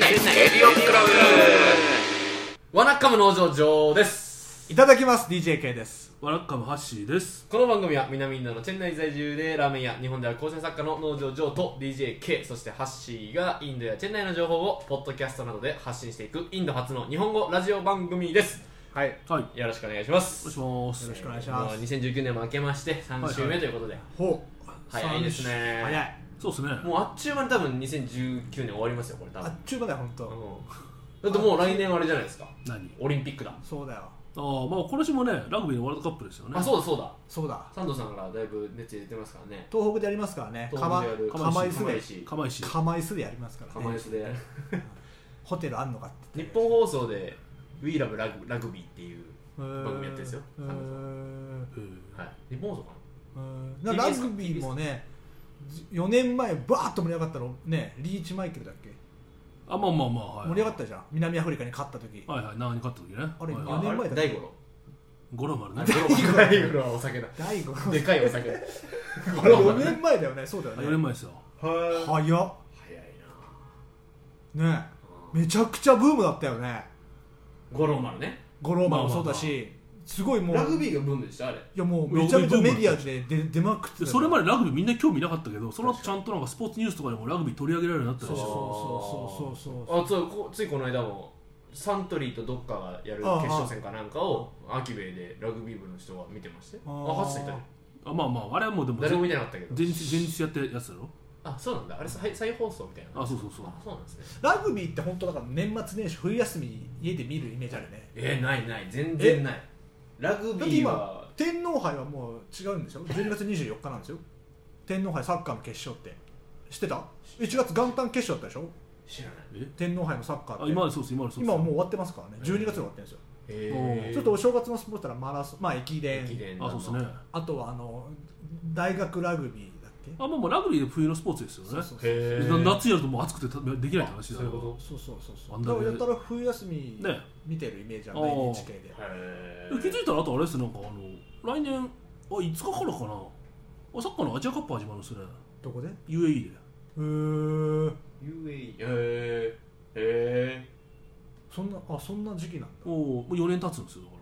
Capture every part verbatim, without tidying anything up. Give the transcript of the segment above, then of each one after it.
店内エリオンクラブ。ワナッカム農場上です。 いただきます。 ディージェーケー です。 ワナッカムハッシーです。 この番組は南インドのチェンナイ在住でラーメンや日本では構成作家の農場上と ディージェーケー そしてハッシーがインドやチェンナイの情報をポッドキャストなどで発信していくインド初の日本語ラジオ番組です。 はい、 はい、 よろしくお願いします。 お願いします。 よろしくお願いします。 にせんじゅうきゅうねんも明けましてさん週目ということで、 はいはい、ほう早いですね。 早い。 そうですね。 もうあっちゅう間に多分にせんじゅうきゅうねん終わりますよこれ多分。 あっちゅう間だよ本当。 うん、だってもう来年あれじゃないですか。 何？ オリンピックだ。 そうだよ。 ああ、まあ今年もねラグビーのワールドカップですよね。 あ、そうだそうだそうだ。 サンドさんがだいぶ熱入れてますからね。 東北でやりますからね。 東北でやる釜石釜石石釜石釜石でやりますからね。 釜石でやるホテルあんのかって日本放送で We Love ラグラグビーっていう番組やってるんですよ。 うーんはい、日本放送かな。ラグビーもねよねんまえバーッと盛り上がったのね、リーチマイケルだっけ。 あ、まあまあまあ、はい、 盛り上がったじゃん、南アフリカに勝った時。 はいはい、長に勝った時ね。 あれはい、 よねんまえだっけ。 大五郎五郎丸ね。 大五郎はお酒だ。 大五郎でかいお酒だ。 あれよねんまえだよね。そうだよね。 よねんまえですよ。 早っ。 早いなね、めちゃくちゃブームだったよね。 五郎丸ね。 五郎丸もそうだし、すごいもうラグビーがブームでしたあれ。 いやもうめちゃめちゃメディアで出出まくってた。 それまでラグビーみんな興味なかったけど、その後ちゃんとなんかスポーツニュースとかでもラグビー取り上げられるようになったでしょ。 そうそうそうそうそう。 あ、そうこついこの間もサントリーとどっかがやる決勝戦かなんかをアキベイでラグビー部の人が見てまして。あ、ハツさんいたね。 あ、まあまああれはもうでも誰も見てなかったけど。 前日前日やってるやつだろ。 あ、そうなんだ。あれ再再放送みたいな。 あ、そうそうそう。 あ、そうなんですね。 ラグビーって本当だから年末年始冬休みに家で見るイメージあるね。 えー、ないない全然ない。ラグビーは天皇杯はもう違うんでしょ。じゅうにがつにじゅうよっかなんですよ。天皇杯サッカーの決勝って知ってた？いちがつ元旦決勝だったでしょ。 知らない。 え天皇杯のサッカーって。 あ、今はそうです。今はそうです。 今はもう終わってますからね。じゅうにがつで終わってるんですよ。 えー、 ちょっとお正月のスポーツならマラソン、まあ駅伝、 駅伝あ、そうですね。 あとはあの大学ラグビーだっけ。 あ、まあもうラグビーで冬のスポーツですよね。 そうそうそう。 へー、 夏やるともう暑くてできないって話だよ。 そういうこと。 そうそうそうそう。 あんだけだからやったら冬休みね見てるイメージあるね、エヌエイチケー で。 へ気づいたらあとあれですね、なんかあの来年あいつかからかな、あサッカーのアジアカップ始まるんですね。 どこで？ ユーエーイー で。 へー。 ユーエーイー。へーへそんなあそんな時期なんだ。 おお、もうよねん経つんですよだから。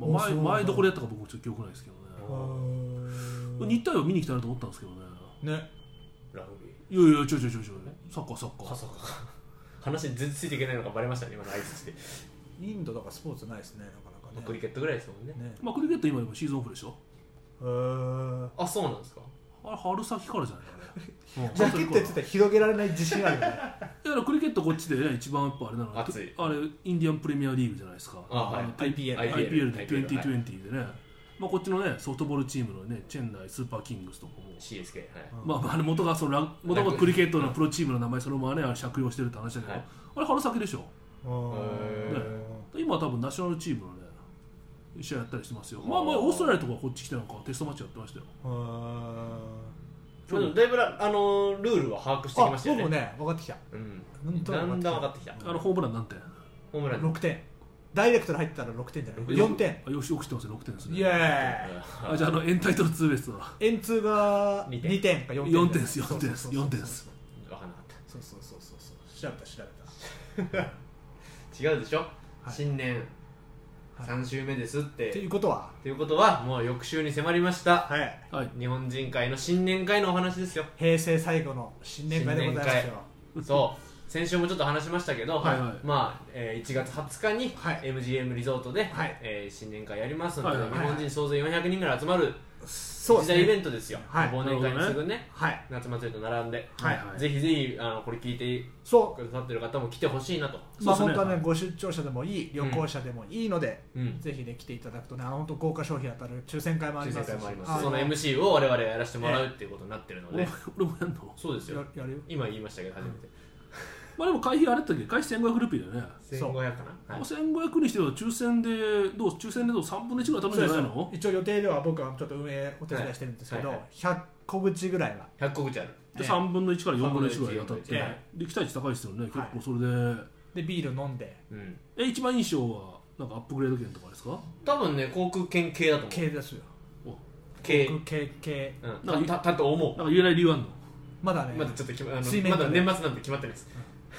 まあ、前前どこでやったか僕ちょっと記憶ないですけどね。日体を見に来たなと思ったんですけどね。 ね。 ラグビいやいやちょいちょいちょいちょいサッカーサッカー。 ー。話全然ついていけないのがバレましたね今の挨拶で。 インドだからスポーツないですね、なかなかね。 クリケットぐらいですもんね。 ね。 まあクリケット今でもシーズンオフでしょ。 へー。 あ、そうなんですか。 あれ春先からじゃないかね。 ジャケットやってたら広げられない自信あるよね。 いやクリケットこっちでね一番やっぱあれなのは熱いあれインディアンプレミアリーグじゃないですか。 あ、はい。 のアイピーエルアイピーエル でアイピーエルにせんにじゅうでね、まあこっちのねソフトボールチームのねチェンナイスーパーキングスとかもシーエスケー、はい。 まあまああれ元がそのラ元がクリケットのプロチームの名前そのままねあれ借用してるって話だけど、 はいあれ春先でしょ。 へー。 今は多分ナショナルチームのね試合やったりしてますよ。まあまあオーストラリアとかこっち来てなんかテストマッチやってましたよ。 へー。 まあでもだいぶらあのルールは把握してきまあ、 したよね。 僕もね分かってきた。 うん。 なんとなくだんだん分かってきた。 あのホームラン何点？ ホームランろくてん。ダイレクトで入ったらろくてんじゃない？よんてん。 あよしよく知ってますよろくてんですね。 イエーイ。 あじゃああのエンタイトルツーベースはエンツーがにてんかよんてん。 よんてんですよんてんですよんてんです分かんなかった。 そうそうそうそうそう。調べた調べた。 違うでしょ、 はい新年はいさん週目ですって、 っていうことは、 ということはもう翌週に迫りました、 はい。 はい。 日本人会の新年会のお話ですよ。 平成最後の新年会でございますよ。 そう先週もちょっと話しましたけど、 はいはいまあ、えーいちがつはつかにはいエムジーエム リゾートで、 はいえー新年会やりますので、 はいはい日本人総勢よんひゃくにんぐらい集まるそうですね。 一大イベントですよ、 はい忘年会にすぐね、 はい。 夏祭りと並んで、 はいはいぜひぜひあのこれ聞いてそくださってる方も来てほしいなと、 う。まあそうですね本当はね、ご出張者でもいい、旅行者でもいいので、 うん、 ぜひね来ていただくとね、あの本当豪華商品当たる抽選会もあり抽ますし。 選会もありますあその エムシー を我々がやらせてもらうっていうことになってるの俺で、 も俺もやんの。 そうですよややるよ。 今言いましたけど初めて、 まあでも会費あれだったっけ、会費せんごひゃくルピーだよね。 そうせんごひゃくかな、はい、 せんごひゃくにしては抽選でどう抽選でどうさんぶんのいちぐらい当たるんじゃないの？ 一応予定では僕はちょっと運営お手伝いしてるんですけど、 はいはいはいひゃっこ口ぐらいは。 ひゃっこ口ある。 でさんぶんのいちからよんぶんのいちぐらい当たって、 さんぶんのいちで期待値高いですよね。結はい構それで、 でビール飲んで、 うん、 え一番印象はなんかアップグレード券とかですか？ 多分ね航空券系だと思う。 系ですよ。 系、 航空系系。 うん、たたたと思う。 なんか言えない理由あんの？ まだね。 まだちょっと決まあの水面下でまだ年末なんで決まってないです。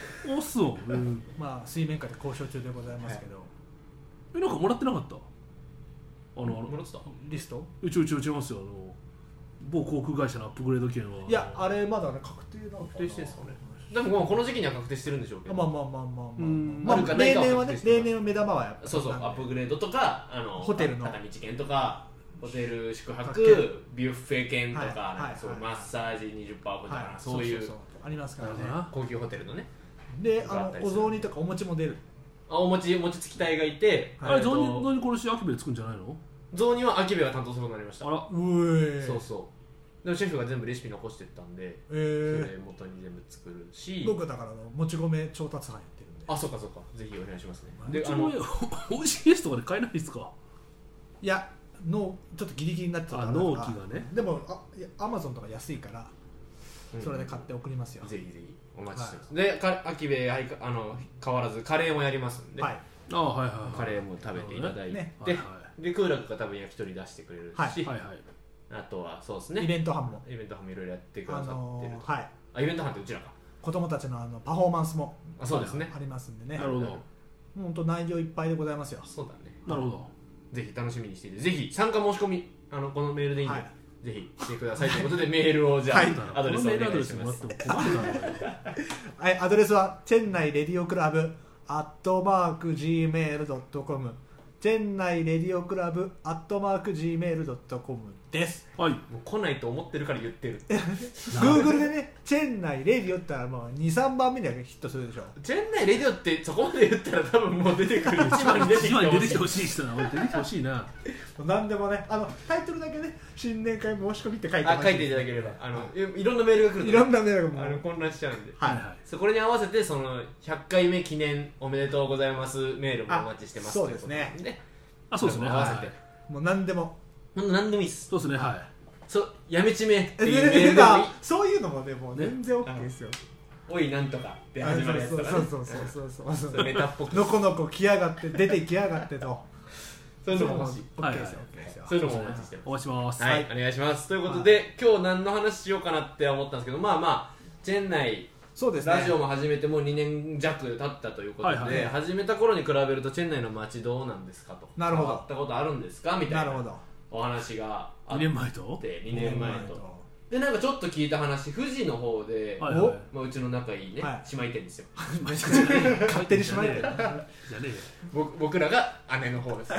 おそう、うん、 まあ水面下で交渉中でございますけど、はい、 えなんかもらってなかったあのもらってたリストうちうちうちますよあの某航空会社のアップグレード券は。 いやあれまだね確定なの確定してるんですかね。でももうこの時期には確定してるんでしょうけど、 まあまあまあまあまあ、 まあ、まあ、 例年はね例年は目玉はやっぱそうそうアップグレードとかあのホテルの片道券とかホテル宿泊ビュッフェ券とか、はいはい、そうマッサージ にじゅっパーセント オフとか、はい、そういうそうそうそうありますからね高級ホテルのねであのお雑煮とかお餅も出る。 あお餅餅つき隊がいて、 はい、あれ雑煮雑煮殺し秋部でつくんじゃないの。 雑煮は秋部が担当することになりました。 あらうえそうそうでもシェフが全部レシピ残してったんで、えー、それ元に全部作るし僕だからのもち米調達班やってるんで。 あそうかそうかぜひお願いしますね。 であの オージーエス とかで買えないですか。 いやのちょっとギリギリになってたからあ納期がね。 でもあアマゾンとか安いからそれで買って送りますよ、 うん、ぜひぜひお待ちしてます、はい、でか秋部あの変わらずカレーもやりますんで、はい、 あはいはいはい、 カレーも食べていただいて、ねね、 で、はいはい、で空楽が多分焼き鳥出してくれるし、はいはいはい、あとはそうですねイベント班もイベント班もいろいろやってくださってる、あのー、はい、 あイベント班ってうちらか子供たちのあのパフォーマンスもあそうですねありますんでね。 なるほど本当内容いっぱいでございますよ。 そうだねなるほどぜひ楽しみにしていてぜひ参加申し込みあのこのメールでいいんで、はい、ぜひしてくださいということでメールをじゃあ、はい、アドレスをお願いします。 はい、アドレスはチェンナイレディオクラブアットマーク ジーメールドットコム チェンナイレディオクラブアットマーク ジーメールドットコム です。 はい。 もう来ないと思ってるから言ってる。 Google でねチェンナイレディオって言ったらもう にさんばんめにはヒットするでしょ。 チェンナイレディオってそこまで言ったら多分もう出てくる一番に出てきてほしい人な俺出てきてほしいな。 何でもねあのタイトルだけね新年会申し込みって書いてあ書いていただければあの、はい、いろんなメールが来るといろんなメールがあの混乱しちゃうんで、 はいはい、 そこに合わせてそのひゃっかいめ記念おめでとうございますメールもお待ちしてます。 そうですね。 あそうですね。 合わせて、はい、 もう何でもほんと何でもいいっす。 そうですねはい。 そうやめちめっていうメールでもいい。 そういうのもねもう全然 OK ですよ。 おいなんとかって始まるやつとかね。 そうそうそうそうそうそうメタっぽくのこのこ来やがって出てきやがってとそういうのも欲しい。 OK ですよ OK ですよ。 そういうのもお待ちしてます。 お待ちします。 はい、お願いします。ということで今日何の話しようかなって思ったんですけどまあまあチェンナイそうですね、 ラジオも始めてもうにねん弱経ったということで、はいはい、始めた頃に比べるとチェンナイの街どうなんですかと。 なるほど。 変わったことあるんですかみたいなお話があってにねんまえとにねんまえとでなんかちょっと聞いた話富士の方で、はいはいまあ、うちの仲いいね、はい、姉妹店ですよ勝手に姉妹店じゃねえよ僕らが姉の方です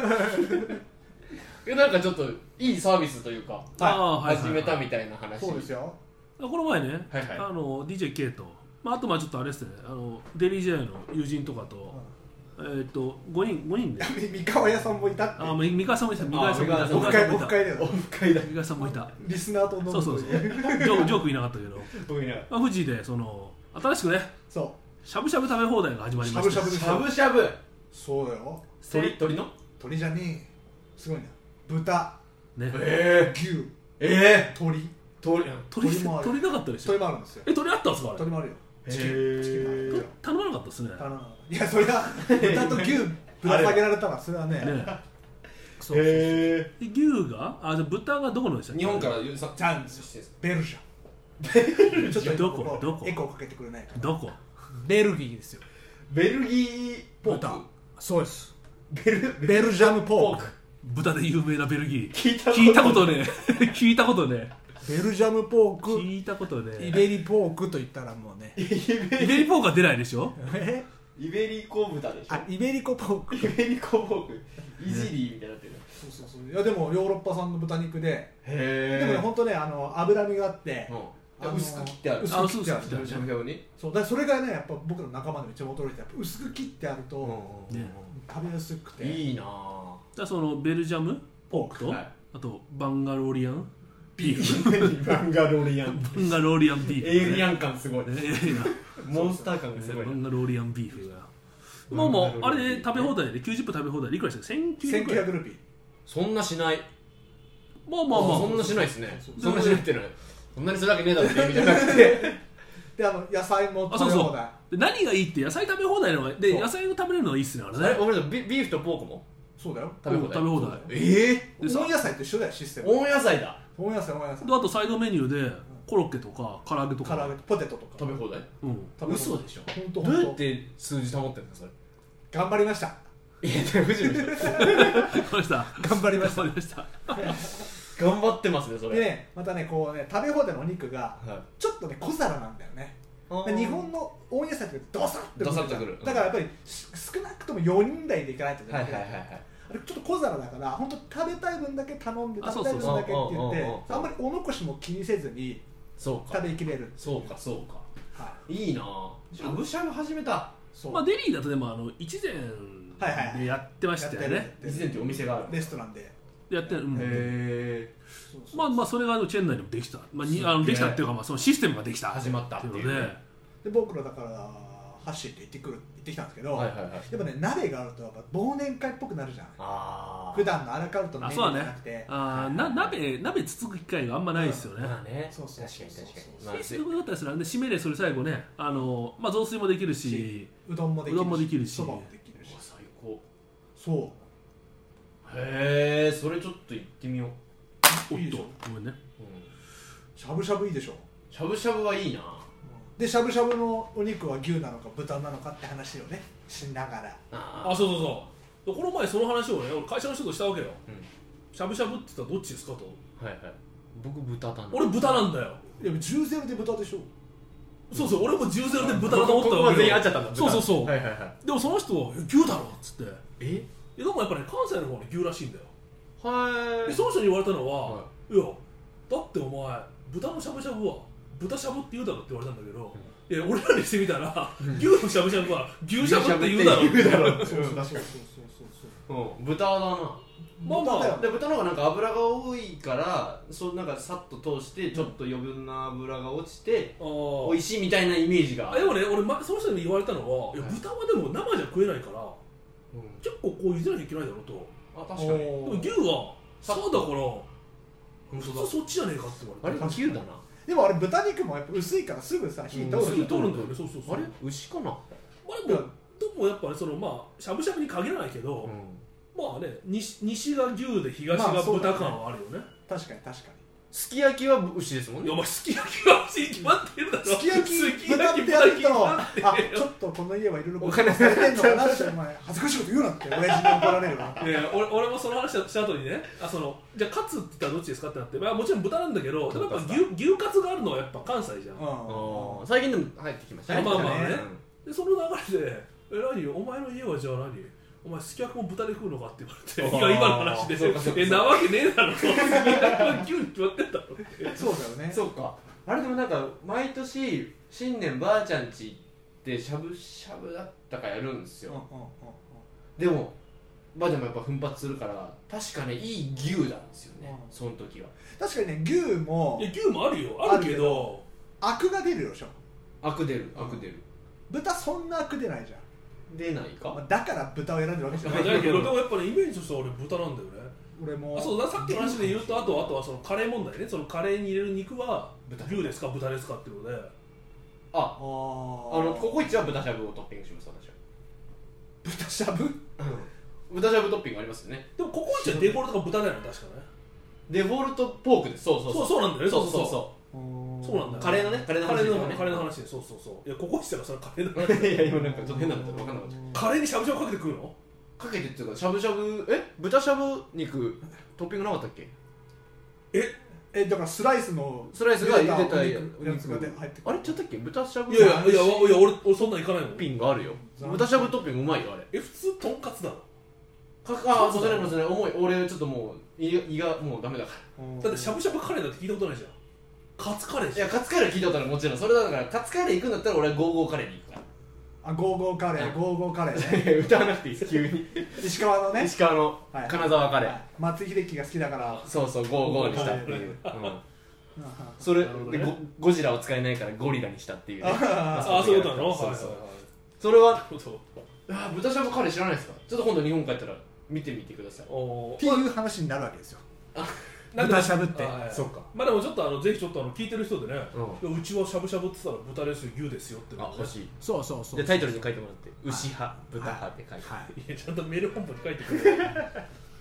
なんかちょっといいサービスというか、はい、始めたみたいな話。 そうですよ。 この前ね、 はいはい、 あの ディージェーケー と、まあ、あとまあちょっとあれですねあのデリー J の友人とかと、うん、えー、っとごにんごにんで三河屋さんもいたって。 あ三河さんもいた三河さんもいたオフ会オフ会だよ。オフ会だ。 三河さんもいた。 リスナーと飲む。 そうそうそう。ジョジョークいなかったけど。 僕いなかった。 まあ富士でその新しくね、 そうしゃぶしゃぶ食べ放題が始まりました。 しゃぶしゃぶしゃぶ。 そうだよ。 鳥鳥の？ 鳥じゃねえ。すごいな。豚。 ね。 ええー。 牛。 ええー。 鳥。 鳥鳥もある。鳥なかったでしょ。 鳥もあるんですよ。 え鳥あったんですかあれ。 鳥もあるよ。 チキンチキン頼まなかったですね。 頼まなかった。いやそれは豚と牛ぶら下げられたらそれはね。 ね。 そうそうそう。 牛があじゃ豚がどこのでしたっけ？ 日本からチャンスベルジャ。ちょっとどこどこエコーかけてくれないか。 どこ？ ベルギーですよ。 ベルギーポーク。 そうです。 ベルベルジャムポーク。 豚で有名なベルギー。 聞いたことね。聞いたことね。 ベルジャムポーク。 聞いたことね。 イベリポークと言ったらもうね。 イベリポークは出ないでしょ？ え？イベリコ豚でしょ？ あ、イベリコポーク。 イベリコポーク。イジリーみたいになってる。 そうそうそう。いやでもヨーロッパ産の豚肉で。 へえ。 でもね本当ねあの脂身があって。 薄く切ってある。 薄く切ってある。 しゃぶしゃぶに。 そうだそれがねやっぱ僕の仲間でめっちゃ驚いてやっぱ薄く切ってあると食べやすくて。 いいな。 じゃあそのベルジャムポークとあとバンガロリアン。ビーフバンガロリアンバンガロリアンビーフ、 エイリアン感すごいモンスター感がすごいバンガロリアンビーフがもうもうあれで食べ放題できゅうじゅっぷん食べ放題でいくらしたせんきゅうひゃくルピー。 そんなしない。 まあまあまあそんなしないですね。そんなしないってのはそんなにするわけねえだろって意味じゃなくてであの野菜も食べ放題。 で何がいいって野菜食べ放題のがで野菜を食べれるのがいいっすねあれね。 おめでとうビーフとポークもそうだよ食べ放題食べ放題。 ええ温野菜と一緒だよシステム。 温野菜だ。 温野菜温野菜。 あとサイドメニューでコロッケとか唐揚げとか唐揚げとポテトとか食べ放題うん食べ放題嘘でしょ本当どうやっ本て数字保ってんのそれ当頑張りましたいや藤野さんわかりました頑張りましたわかりました頑張ってますねそれでねまたねこうね食べ放題のお肉がはちょっとね小皿なんだよねい日本の大家さんってドサッてドサッとくるだからやっぱりし少なくともよにん台でいかないといけはないいはいはいはいあれちょっと小皿だから本当食べたい分だけ頼んであ食べたい分だけって言ってそうそうそうあんまりお残しも気にせずにそうか食べきれるそうかそうかはいいなぁしゃぶしゃぶ始めたそうまあデリーだとでもあの一膳はいはいでやってましたよねやってる以前ってお店があるレストランでやってる、うんへそうそうまあまあそれがあのチェン内でもできた、まあ、にすっげえあのできたっていうかまあそのシステムができた始まったっていうねっていうのでで僕らだからハッシーって行ってくる行ってきたんですけど、 はいはいはいやっぱね鍋があるとやっぱ忘年会っぽくなるじゃんあ普段のアラカルトのメニューあそうだねじゃなくてあーな鍋鍋つつく機会があんまないですよね、 まあねそうそう確かに確かにそうまあシーフードだったりするんで締めでそれ最後ねあの、まあ、雑炊もできるしうどんもできるしうどんもできるしそばもできるし最高そへえそれちょっと行ってみようおっといいでしょごめんねうしゃぶしゃぶいいでしょしゃぶしゃぶはいいなでしゃぶしゃぶのお肉は牛なのか豚なのかって話をねしながらああそうそうそうこの前その話をね俺会社の人としたわけようしゃぶしゃぶって言ったらどっちですかとんはいはい僕豚だな俺豚なんだよいやじゅうゼロで豚でしょそうそう俺もじゅうゼロで豚だと思ったここまわけよで合っちゃったんだそうそうそう、 はいはいはいでもその人は「牛だろ」っつってえいやでもやっぱね関西の方はね牛らしいんだよはいでその人に言われたのは、、 はいやだってお前豚のしゃぶしゃぶは豚しゃぶって言うだろって言われたんだけど、いや俺らにしてみたら、牛のしゃぶしゃぶは牛しゃぶって言うだろって言うだろそうそうそうそうそうそううん豚だなまあまあ豚だよで豚の方がなんか油が多いからそうなんかさっと通してちょっと余分な油が落ちてあー美味しいみたいなイメージがあでもね俺、ま、その人に言われたのは、いやはい豚はでも生じゃ食えないからうん結構こう茹でなきゃいけないだろうとあ確かにでも牛はそうだから本普当だ通そっちじゃねえかって言わあれれて牛だなでもあれ豚肉もやっぱ薄いからすぐさ火通るうんすぐ通るんだよねそうそうそうあれ牛かなまあでもでもやっぱりそのまあしゃぶしゃぶに限らないけど、 うんまあね西西が牛で東が豚感はあるよね、 確かに確かすき焼きは牛ですもんねいやお前すき焼きは牛に決まってるだろにすき焼きすき豚焼きってやると豚に決まってるあちょっとこの家はいろいろお金されてんのかなってお前恥ずかしいこと言うなって親父に怒られるわいやいや俺俺もその話した後にねあそのじゃあカツって言ったらどっちですかってなって、まあ、もちろん豚なんだけどでもやっぱ牛牛カツがあるのはやっぱ関西じゃん、 うんあー最近でも入ってきましたねまあまあねうんでその流れで「え何お前の家はじゃあ何お前すき焼きも豚で食うのか?」って言われて「いや今の話でそうかそうかえなわけねえだろ」すき焼きは牛に決まってんだろってそうだよねそうかあれでもなんか毎年新年ばあちゃんちってしゃぶしゃぶだったかやるんですよ、 うんうんうんうんでもばあちゃんもやっぱ奮発するから確かねいい牛なんですよね、 うんその時は確かにね牛もいや牛もあるよあるけどアクが出るでしょアク出るアク出る、 豚そんなアク出ないじゃん出ないか、 まあだから豚を選んでるわけじゃないだけどでもやっぱねイメージとしては俺豚なんだよね俺もあそうださっきの話で言うとあとあとはそのカレー問題ねそのカレーに入れる肉は豚牛ですか豚ですかっていうのであああのココイチは豚しゃぶをトッピングします私は豚しゃぶ豚しゃぶトッピングありますよねでもココイチはデフォルトが豚だよね確かねデフォルトポークですそうそうそうそうなんだよねそうそうそそうそうなんだよカレーのねカレーのカレー話ねのカレーの話でそうそうそういやココイチだからそれカレーの話いや今なんかちょっと変なのだったら分かんなかったカレーにしゃぶしゃぶかけて食うのかけてっていうかしゃぶしゃぶえ豚しゃぶ肉トッピングなかったっけえだからスライスのスライスが茹でたおや肉やつがで入ってくるあれちゃったっけ豚しゃぶいやいやいやいや俺俺そんなんいかないもんトッピングあるよ豚しゃぶトッピングうまいよあれえ普通とんかつだろかああそうじゃないそうじゃない重い俺ちょっともう胃胃がもうダメだかうんだってしゃぶしゃぶカレーだって聞いたことないじゃんカツカレーらいじゃんやカツカレー聞いたことあるもちろんそれだからカツカレー行くんだったら俺はゴーゴーカレーに行くかあゴーゴーカレーゴーゴーカレーねら歌わなくていいです急に石川のね石川のはい金沢カレー、 はい松井秀喜が好きだからそうそうゴーゴーにしたっていう、うんそれなるほどねでゴゴジラを使えないからゴリラにしたっていうねあああそういうことなのそうそうはいはいはいそれはそうあー豚しゃぶカレー知らないですかちょっと今度日本帰ったら見てみてくださいおーっていう話になるわけですよなんか豚しゃぶってあはいはいそうかまあでもちょっとあのぜひちょっとあの聞いてる人でね、 ういやうちはしゃぶしゃぶって言ったら豚ですよ牛ですよってのをねあ欲しいそうそうそでタイトルに書いてもらって牛派豚派って書いて、 はいいやちゃんとメール本部に書いてくれる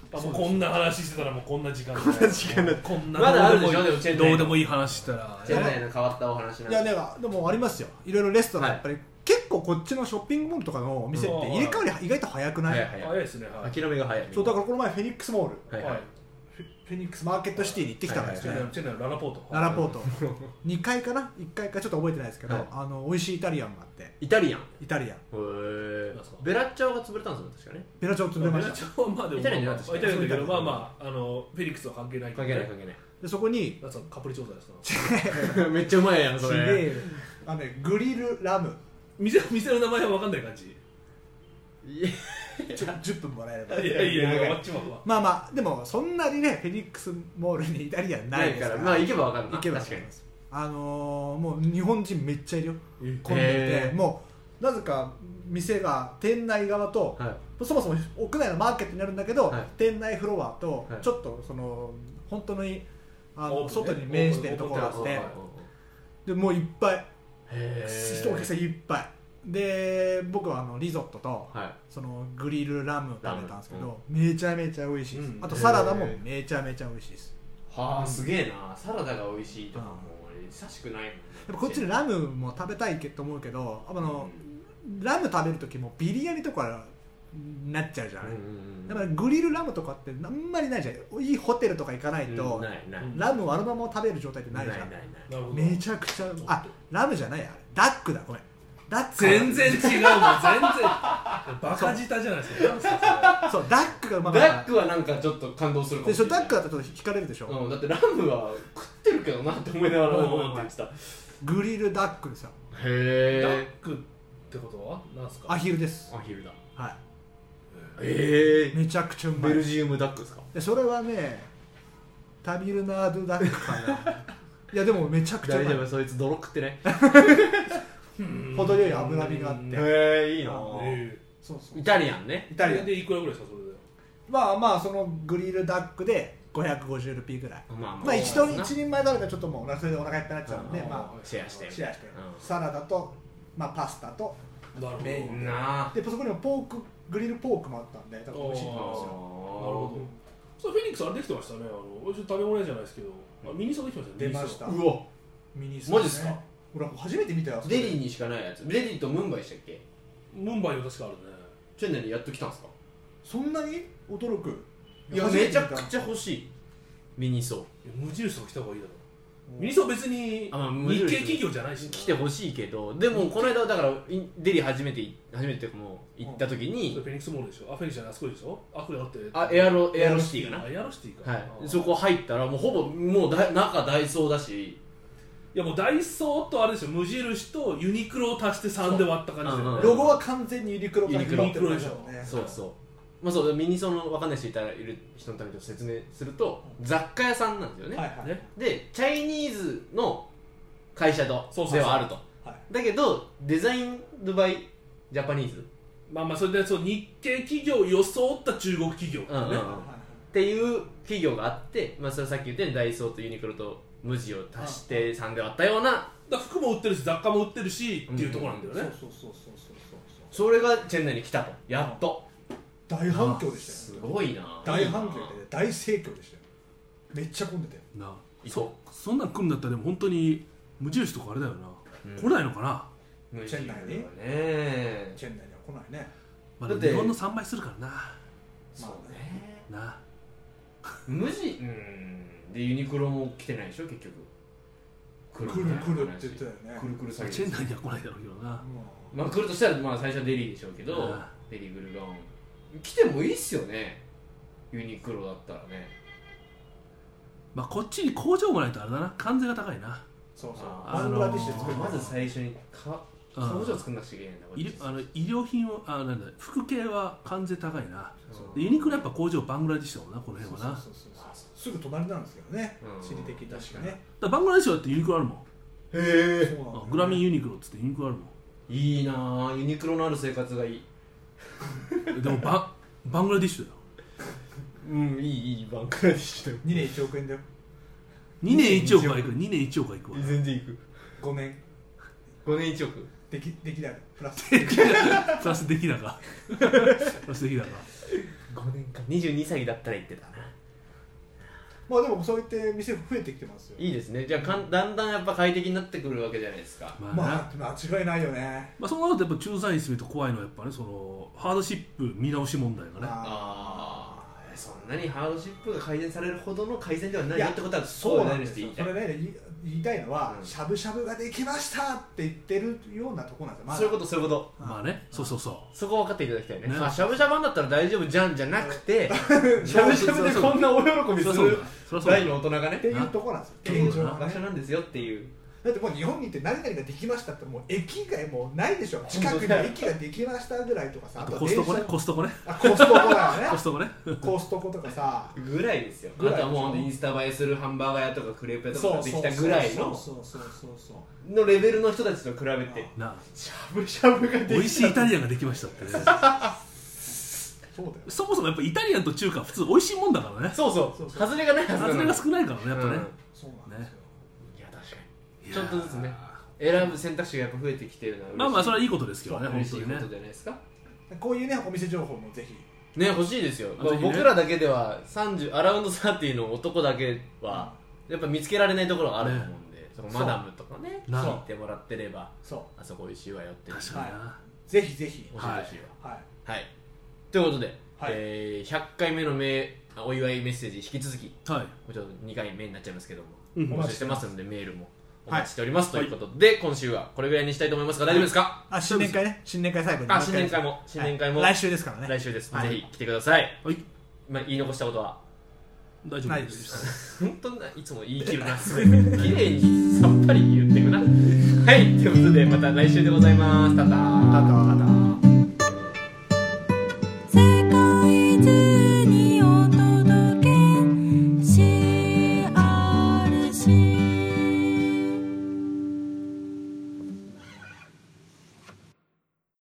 あもうこんな話してたらもうこんな時間だこんな時間だこんなまだあるでしょどうでもいいでもチェンナイのどうでもいい話したらチェンナイの変わったお話なんでいやでもでもありますよ、いろいろレストラン、 はいやっぱり結構こっちのショッピングモールとかのお店って入れ替わり意外と早くない、 早い早い早いですねはい諦めが早いそうだからこの前フェニックスモール、 はいはいはいフェフェニックスマーケットシティに行ってきたんですよね、 チェンナイチェンナイのララポートララポートにかいかないっかいかちょっと覚えてないですけど、 はいあの美味しいイタリアンがあってイタリアンへイタリアンえなんすかベラッチャオが潰れたんですよ確かねベラチョウ潰れまベラしたチョウはまあでもイタリアンじゃなかったっけイタリアンだけどそうまあまああのフェリックスは関係ない関係ない関係ないでそこになんかカプリチョーザですかめっちゃうまいやんそれちげえよあの、ね、グリルラム店店の名前は分かんない感じいやちょじゅっぷんもらえればいやいやいや長い終わっちまうわまあまあでもそんなにねフェニックスモールにイタリアンないですからまあ行けばわかるな行けば確かにあのー、もう日本人めっちゃいるよ混んでへーてもうなぜか店が店内側と、 はいそもそも屋内のマーケットになるんだけど、 はい店内フロアとはいちょっとその本当にあのオープンね外に面してるところがあってオープンはいでもういっぱいへ人お客さんいっぱいで僕はあのリゾットとはいそのグリルラム食べたんですけラムど、めちゃめちゃ美味しいです、 うんあとサラダもめちゃめちゃ美味しいです。 はあすげえなサラダが美味しいとかも俺久しくないもんねやっぱこっちでラムも食べたいけと思うけどあの、ラム食べる時もビリヤニとかになっちゃうじゃない、 うんうんうんだからグリルラムとかってあんまりないじゃん。いいホテルとか行かないと、 うんないないラムをあのまま食べる状態ってないじゃん。 ないないなるほどめちゃくちゃあラムじゃないあれダックだごめんダック全然違うもん全然バカ舌じゃないですかなんすかそうダックがうまダかったックはなんかちょっと感動するかもでしょしれないダックだったらちょっと惹かれるでしょ、 うんだってラムは食ってるけどなって思いながら思ってたへグリルダックですよそれダえックってことはなんすかアヒルですアヒルだはえいめちゃくちゃうまいベルジウムダックですかでそれはねタビルナードダックかないやでもめちゃくちゃうまい大丈夫そいつ泥食ってね程よい脂身があってへえいいなえそうそうイタリアンねイタリアンでいくらぐらいですかそれでまあまあそのグリルダックでごひゃくごじゅうルピーぐらいまあまあ一度にな一人前食べたらちょっともうそれでお腹いっぱいになっちゃうんでうんまシェアしてあシェアしてうんサラダとまあパスタとなるほどメインなあでそこにもポークグリルポークもあったんで多分美味しいと思うんですよなるほどそれフェニックスあれできてましたねあの俺ちょっと食べ物屋じゃないですけどあミニソできてましたね出ましたうわミニスマジっすか俺初めて見たよデリーにしかないやつデリーとムンバイでしたっけムンバイに確かあるねチェンナイにやっと来たんですかそんなに驚くいや初めて見ためちゃくちゃ欲しいミニソいや無印とか来た方がいいだろミニソ別にあまあ無日印系企業じゃないし来てほしいけどでもこの間だからインデリー初めて初めてっていうかもう行った時それにフェニックスモールでしょあフェニックスじゃないあそこでしょあこれだってあエアロエアロシティかなあエアロシティかはいあそこ入ったらもうほぼもうだ中ダイソーだしいやもうダイソーとあれですよ無印とユニクロを足してさんで割った感じで、 そううんうんロゴは完全にユニクロからユニクロ引っ張ってるでしょうねそうそうまあそうミニソの分かんない人いたらいる人のために説明すると雑貨屋さんなんですよね、 はいはいねでチャイニーズの会社とそうそうそうではあるとはいだけどデザインドバイジャパニーズまあまあそれでそう日系企業を装った中国企業ってね、 うんうんうんっていう企業があって、まあ、それさっき言ったようにダイソーとユニクロと無地を足してさんで割ったようなだから服も売ってるし雑貨も売ってるしっていうところなんだよね、 そうそうそうそうそうそれがチェンナイに来たとやっと大反響でしたすよごいな大反響で大盛況でしたよめっちゃ混んでてなあ行そこそんなん来るんだったらでも本当に無印とかあれだよな、 うん来ないのかな、 無地チェンナイにねチェンナイには来ないねまあ、 だって日本のさんばいするからなそうねな無地うんでユニクロも来てないでしょ結局来来る来るって言ってたよね来る来る詐欺チェンナイには来ないだろうけどなまあ来るとしたらまあ最初はデリーでしょうけどうんデリーグルガオン来てもいいっすよねユニクロだったらねまあこっちに工場もないとあれだな関税が高いなそうそうあバングラデシュで作るまず最初にか工うん場作んなくちゃいけないんだこっち医療あの医療品をあなんだ服系は関税高いなそうでユニクロやっぱ工場バングラデシュだもんなこの辺はなそうそうそうそうすぐ隣なんですけどねうん地理的に確かねだからバングラデシュだってユニクロあるもん、 へえそうなんだよねあグラミンユニクロっつってユニクロあるもんいいなぁユニクロのある生活がいいでもバンバングラディッシュだようんいいいいバングラデシュだよにねんいちおくえんだよにねんいちおくはいくにねんいちおくはいくわ全然いくごねんごねんいちおくできできないプラスプラス出来高プラス出来高ごねんかんにじゅうにさいだったら行ってたな。 まあでもそういって店増えてきてますよ。 いいですね。じゃあかんだんだんやっぱ快適になってくるわけじゃないですか。 まあ、 まあ間違いないよね。 まあ、そうなるとやっぱ駐在員すると怖いのはやっぱね、そのハードシップ見直し問題がね。 ああ、そんなにハードシップが改善されるほどの改善ではないいやよってことはそうなんです言いたい。 よ。それね、言い言いたいのは、 うんしゃぶしゃぶができましたって言ってるようなところなんですよ。まだそういうことそういうこと。 まあね、そうそうそう。 そこ分かっていただきたいね。 ねあ、しゃぶしゃぶだったら大丈夫じゃんじゃなくて、しゃぶしゃぶでこんなお喜びする大の大人がねっていうところなんですよ。 っていう現状はね場所なんですよっていう。 だってもう日本に行って何々ができましたってもう駅以外もうないでしょ。近くに駅ができましたぐらいとかさ。 あとコストコね、 電車コストコね、 あコストコだよね。 コストコね。 コストコとかさ。 ぐらいですよ。あぐらいとはもうほんとインスタ映えするハンバーガー屋とかクレープ屋とかができたぐらいのそうそうそうそうそうのレベルの人たちと比べてなあ、 しゃぶしゃぶができた美味しいイタリアンができましたってね。 そうだよ。 そもそもやっぱイタリアンと中華は普通美味しいもんだからね。 そうそうそうそう外れがないはずなのに外れが少ないからね、やっぱね。 うんそうなんですよ。 いや確かにいやーちょっとずつね選ぶ選択肢がやっぱ増えてきてるのは嬉しい。 まあまあそれはいいことですけどね、本嬉しいこと当にね。 じゃないですかこういうねお店情報もぜひ。 ね。欲しいですよ。 あぜひね僕らだけではさんじゅうアラウンドサーティーの男だけはやっぱ見つけられないところがあると思うんで、そのマダムとかねな聞いてもらってればそう。 あそこ美味しいわよって確かにな。 ぜひぜひ。 教えてほしいわ。 はい。 はい、ということで、 はいえー、ひゃっかいめのめお祝いメッセージ引き続きはい。 もうちょっとにかいめになっちゃいますけども、 うんお待ちしてますのでメールもおはい待ちしております、ということで、今週はこれぐらいにしたいと思いますが大丈夫ですか？ あ、新年会ね。新年会最後に。 あ、新年会も新年会も、 はい来週ですからね。 来週です、 はいぜひ来てください。 はい。 まあ、言い残したことは大丈夫でないですす。 本当ないつも言い切るなすごい綺麗にさっぱり言ってくなはい、ということでまた来週でございます。タタあとあと。